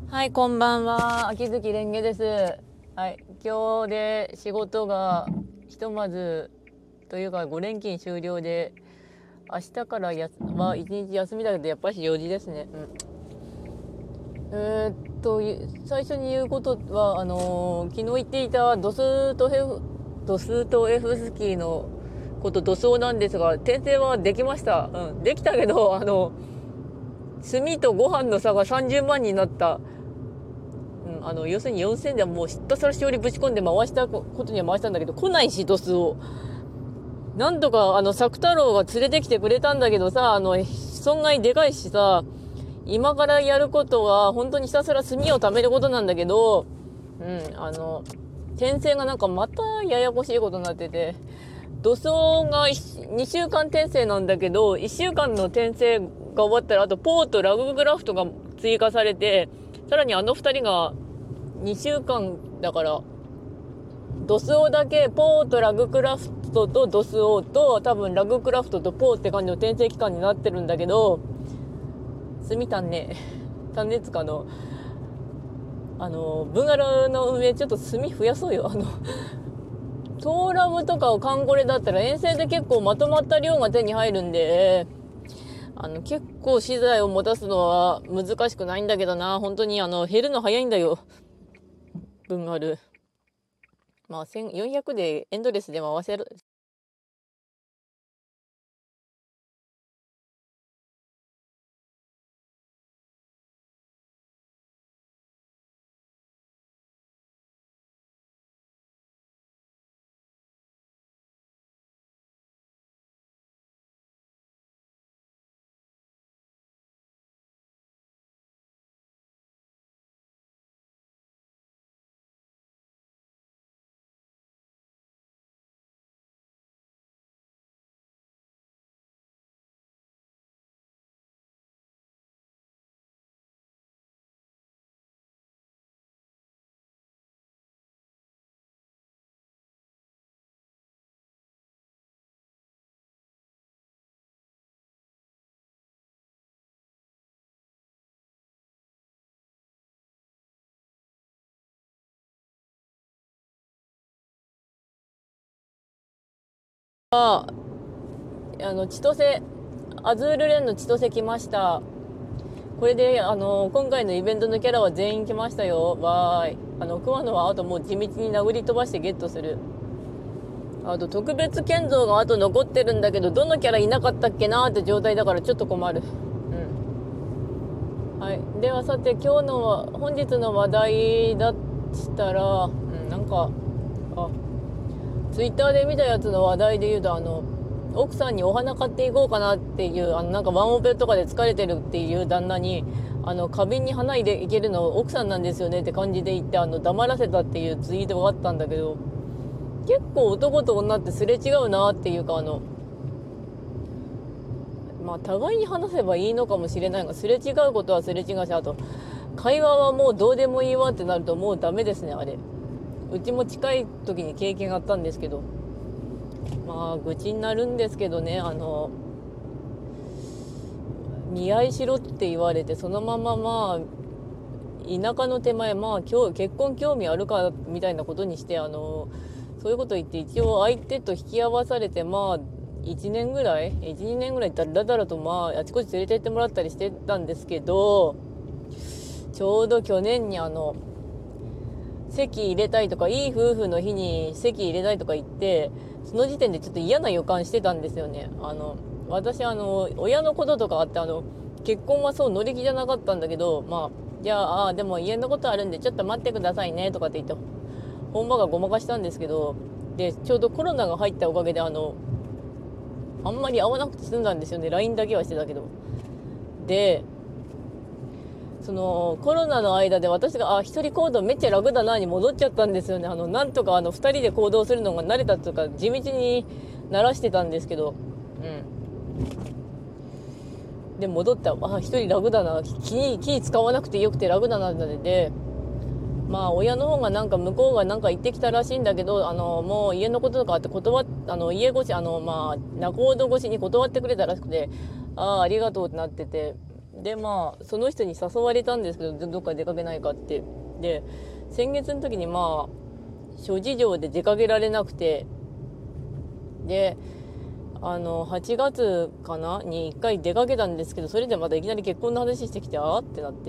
はい、こんばんは。秋月蓮華です。はい、今日で仕事がひとまずというか5連勤終了で、明日からは1日休みだけどやっぱり4時ですね。最初に言うことは昨日言っていたドストエフスキーのドスオなんですが、転生はできました。できたけど炭とご飯の差が30万になった。要するに4000ではもうひたすらしおりぶち込んで回したことには回したんだけど、来ないし、ドスを。なんとか、作太郎が連れてきてくれたんだけどさ、損害でかいしさ、今からやることは、本当にひたすら炭を貯めることなんだけど、転生がなんかまたややこしいことになってて、土葬が2週間転生なんだけど、1週間の転生が終わったら、あとポーとラググラフトが追加されて、さらに2人が2週間だから、ドスオだけポーとラグクラフトとドスオと多分ラグクラフトとポーって感じの転生期間になってるんだけど、炭炭ね炭熱かのブンガラの上ちょっと炭増やそうよ。トーラムとかをカンコレだったら遠征で結構まとまった量が手に入るんで、結構資材を持たすのは難しくないんだけどな。本当に減るの早いんだよ、分がある。まあ1400でエンドレスで回せる。千歳アズールレンの千歳来ました。これで今回のイベントのキャラは全員来ましたよ。わーい。熊野はあともう地道に殴り飛ばしてゲットする。あと特別建造があと残ってるんだけど、どのキャラいなかったっけなーって状態だからちょっと困る。はい。ではさて本日の話題だったら、なんかツイッターで見たやつの話題で言うと、奥さんにお花買っていこうかなっていう、なんかワンオペとかで疲れてるっていう旦那に、花瓶に花入れいけるの奥さんなんですよねって感じで言って、黙らせたっていうツイートがあったんだけど、結構男と女ってすれ違うなっていうか、まあ、互いに話せばいいのかもしれないが、すれ違うことはすれ違うし、あと、会話はもうどうでもいいわってなるともうダメですね、あれ。うちも近い時に経験があったんですけど、まあ愚痴になるんですけどね、見合いしろって言われてそのまま田舎の手前今日結婚興味あるかみたいなことにしてそういうこと言って一応相手と引き合わされて1年ぐらい12年ぐらいだらだらとあちこち連れてってもらったりしてたんですけど、ちょうど去年に籍入れたいとか、いい夫婦の日に籍入れたいとか言って、その時点でちょっと嫌な予感してたんですよね。私親のこととかあって結婚はそう乗り気じゃなかったんだけど、じゃあでも家のことあるんでちょっと待ってくださいねとかって言って本場がごまかしたんですけど、でちょうどコロナが入ったおかげであんまり会わなくて済んだんですよね。 LINE だけはしてたけど。でそのコロナの間で私が一人行動めっちゃ楽だなに戻っちゃったんですよね。なんとか2人で行動するのが慣れたというか地道に慣らしてたんですけど、で戻った一人楽だな、気使わなくてよくて楽だなってで、親の方がなんか向こうがなんか言ってきたらしいんだけど、もう家のこととかあって家越し仲人越しに断ってくれたらしくて、ありがとうってなってて、 でまあその人に誘われたんですけど、どっか出かけないかって。で先月の時にまあ諸事情で出かけられなくて、で8月かなに1回出かけたんですけど、それでまたいきなり結婚の話してきて、ってなって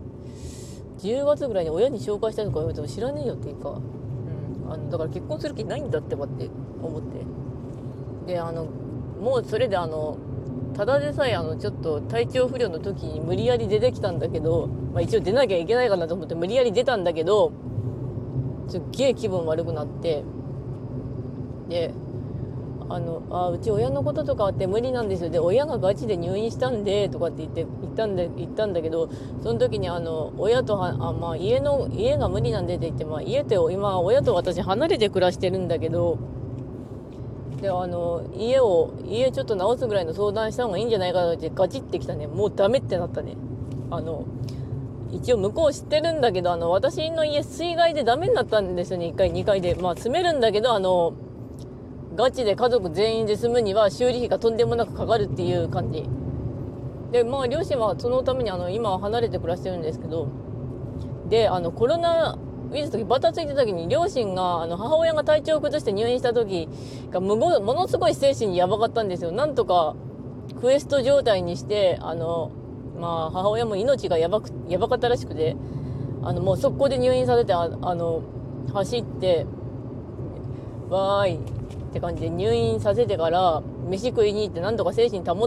、10月ぐらいに親に紹介したとか言われても知らねえよっていうか、だから結婚する気ないんだってばって思って、でもうそれでただでさえちょっと体調不良の時に無理やり出てきたんだけど、一応出なきゃいけないかなと思って無理やり出たんだけど、すっげえ気分悪くなって、でうち親のこととかあって無理なんですよ、で親がガチで入院したんでとかって言ったんだけど、その時に親と家が無理なんでって言って、今親と私離れて暮らしてるんだけど、で家ちょっと直すぐらいの相談した方がいいんじゃないかってガチってきたね。もうダメってなったね。一応向こう知ってるんだけど、私の家水害でダメになったんですよね。1回2回で住めるんだけど、ガチで家族全員で住むには修理費がとんでもなくかかるっていう感じで、両親はそのために今は離れて暮らしてるんですけど、でコロナウイルスの時バタついてた時に両親が母親が体調を崩して入院した時がものすごい精神にやばかったんですよ。なんとかクエスト状態にして母親も命がやばかったらしくて、もう速攻で入院させて走ってわーいって感じで入院させてから飯食いに行って、なんとか精神保って、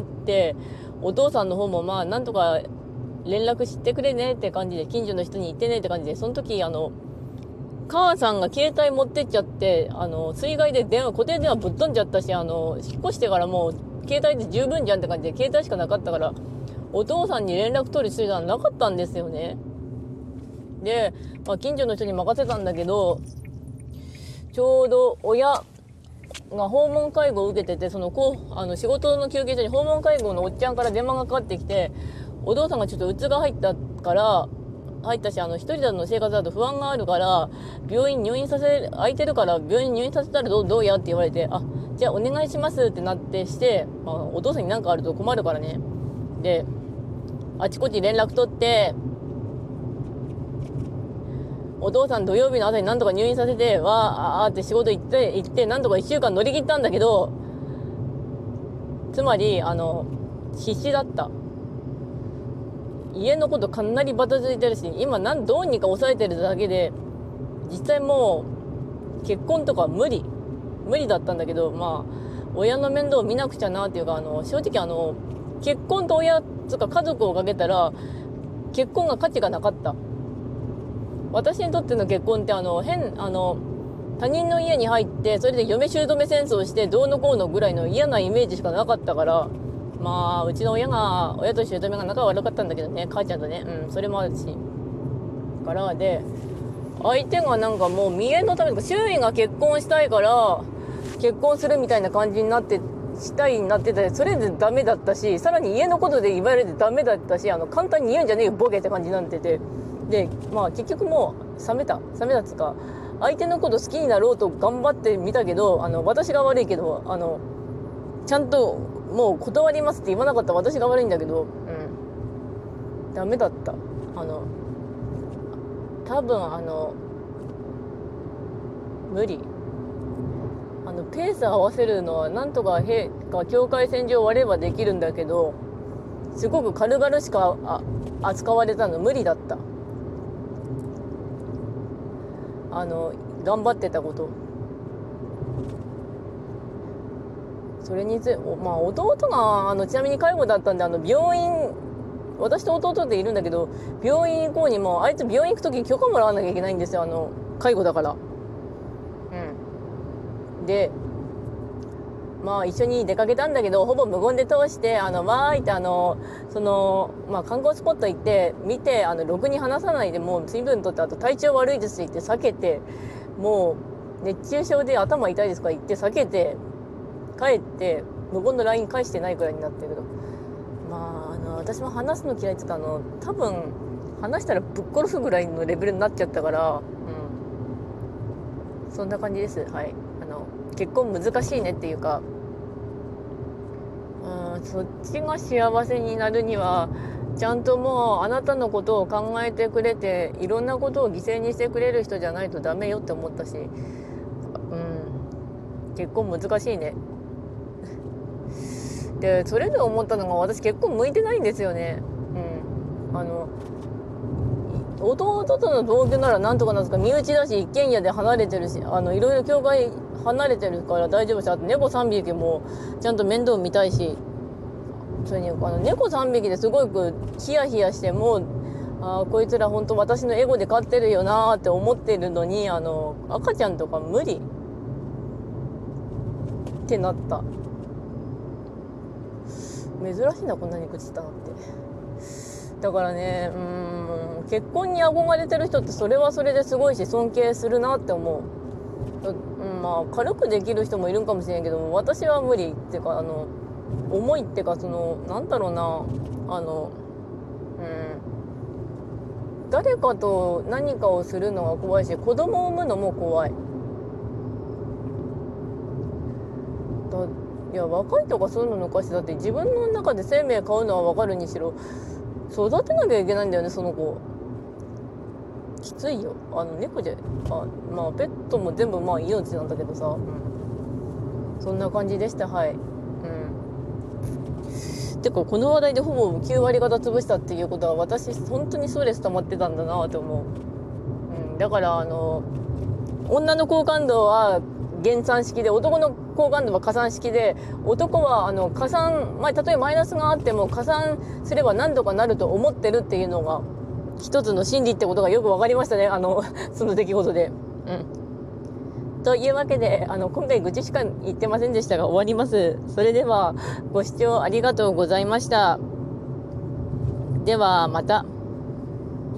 お父さんの方もなんとか連絡してくれねって感じで、近所の人に言ってねって感じで、その時母さんが携帯持ってっちゃって、水害で固定電話ぶっ飛んじゃったし、引っ越してからもう携帯で十分じゃんって感じで携帯しかなかったから、お父さんに連絡取る手段なかったんですよね。で、近所の人に任せたんだけど、ちょうど親が訪問介護を受けてて、仕事の休憩所に訪問介護のおっちゃんから電話がかかってきて、お父さんがちょっとうつが入ったし、一人での生活だと不安があるから病院入院させ空いてるから病院入院させたらどうやって言われて、じゃあお願いしますってなってして、お父さんに何かあると困るからね。であちこち連絡取って、お父さん土曜日の朝に何とか入院させてって仕事行って何とか1週間乗り切ったんだけど、つまり必死だった。家のことかなりバタついてるし、今どうにか抑えてるだけで、実際もう結婚とか無理だったんだけど、親の面倒を見なくちゃなっていうか、正直結婚と親とか家族をかけたら結婚が価値がなかった。私にとっての結婚って他人の家に入ってそれで嫁姑戦争してどうのこうのぐらいの嫌なイメージしかなかったから、うちの親と姑が仲悪かったんだけどね、母ちゃんとね、それもあるしからで、相手がもう見栄のためとか、周囲が結婚したいから結婚するみたいな感じになってて、それでダメだったし、さらに家のことで言われてダメだったし、簡単に言うんじゃねえよボケって感じになってて、で結局もう冷めたっつうか、相手のこと好きになろうと頑張ってみたけど、私が悪いけどちゃんともう断りますって言わなかった私が悪いんだけど、ダメだった。多分無理。ペース合わせるのはなんとか境界線上割ればできるんだけど、すごく軽々しか扱われたの無理だった。頑張ってたこと、それに弟がちなみに介護だったんで、病院、私と弟でいるんだけど、病院行こうにもあいつ病院行く時に許可もらわなきゃいけないんですよ、介護だから。で一緒に出かけたんだけど、ほぼ無言で通して、わーいって観光スポット行って見て、ろくに話さないで、もう水分取って、あと体調悪いですって言って避けて、もう熱中症で頭痛いですか言って避けて帰って、無言の LINE 返してないくらいになってるけど、私も話すの嫌いって言った多分話したらぶっ殺すぐらいのレベルになっちゃったから、そんな感じです。はい。結婚難しいねっていうか、そっちが幸せになるにはちゃんともうあなたのことを考えてくれて、いろんなことを犠牲にしてくれる人じゃないとダメよって思ったし、結婚難しいね。でそれで思ったのが、私結婚向いてないんですよね。弟との同居ならなんとかなんですか、身内だし一軒家で離れてるし、いろいろ境界離れてるから大丈夫し、あと猫3匹もちゃんと面倒見たいし、それに猫3匹ですごくヒヤヒヤして、もうこいつら本当私のエゴで飼ってるよなーって思ってるのに、赤ちゃんとか無理ってなった。珍しいな、こんなに口ったなって。だからね、結婚に憧れてる人ってそれはそれですごいし尊敬するなって思う。まあ軽くできる人もいるんかもしれんけど、私は無理っていうか、重いっていうか、なんだろうな、誰かと何かをするのが怖いし、子供を産むのも怖い。いや、若いとかそういうの抜かして、だって自分の中で生命買うのは分かるにしろ、育てなきゃいけないんだよね、その子。きついよ。猫じゃ、まあペットも全部まあ命なんだけどさ、そんな感じでした。はい。てかこの話題でほぼ9割方潰したっていうことは、私本当にストレス溜まってたんだなって思う。だから女の好感度は減算式で、男の好感度は加算式で、男は加算、たとえマイナスがあっても加算すれば何とかなると思ってるっていうのが一つの真理ってことがよく分かりましたね、その出来事で。というわけで、今回愚痴しか言ってませんでしたが終わります。それではご視聴ありがとうございました。ではまた。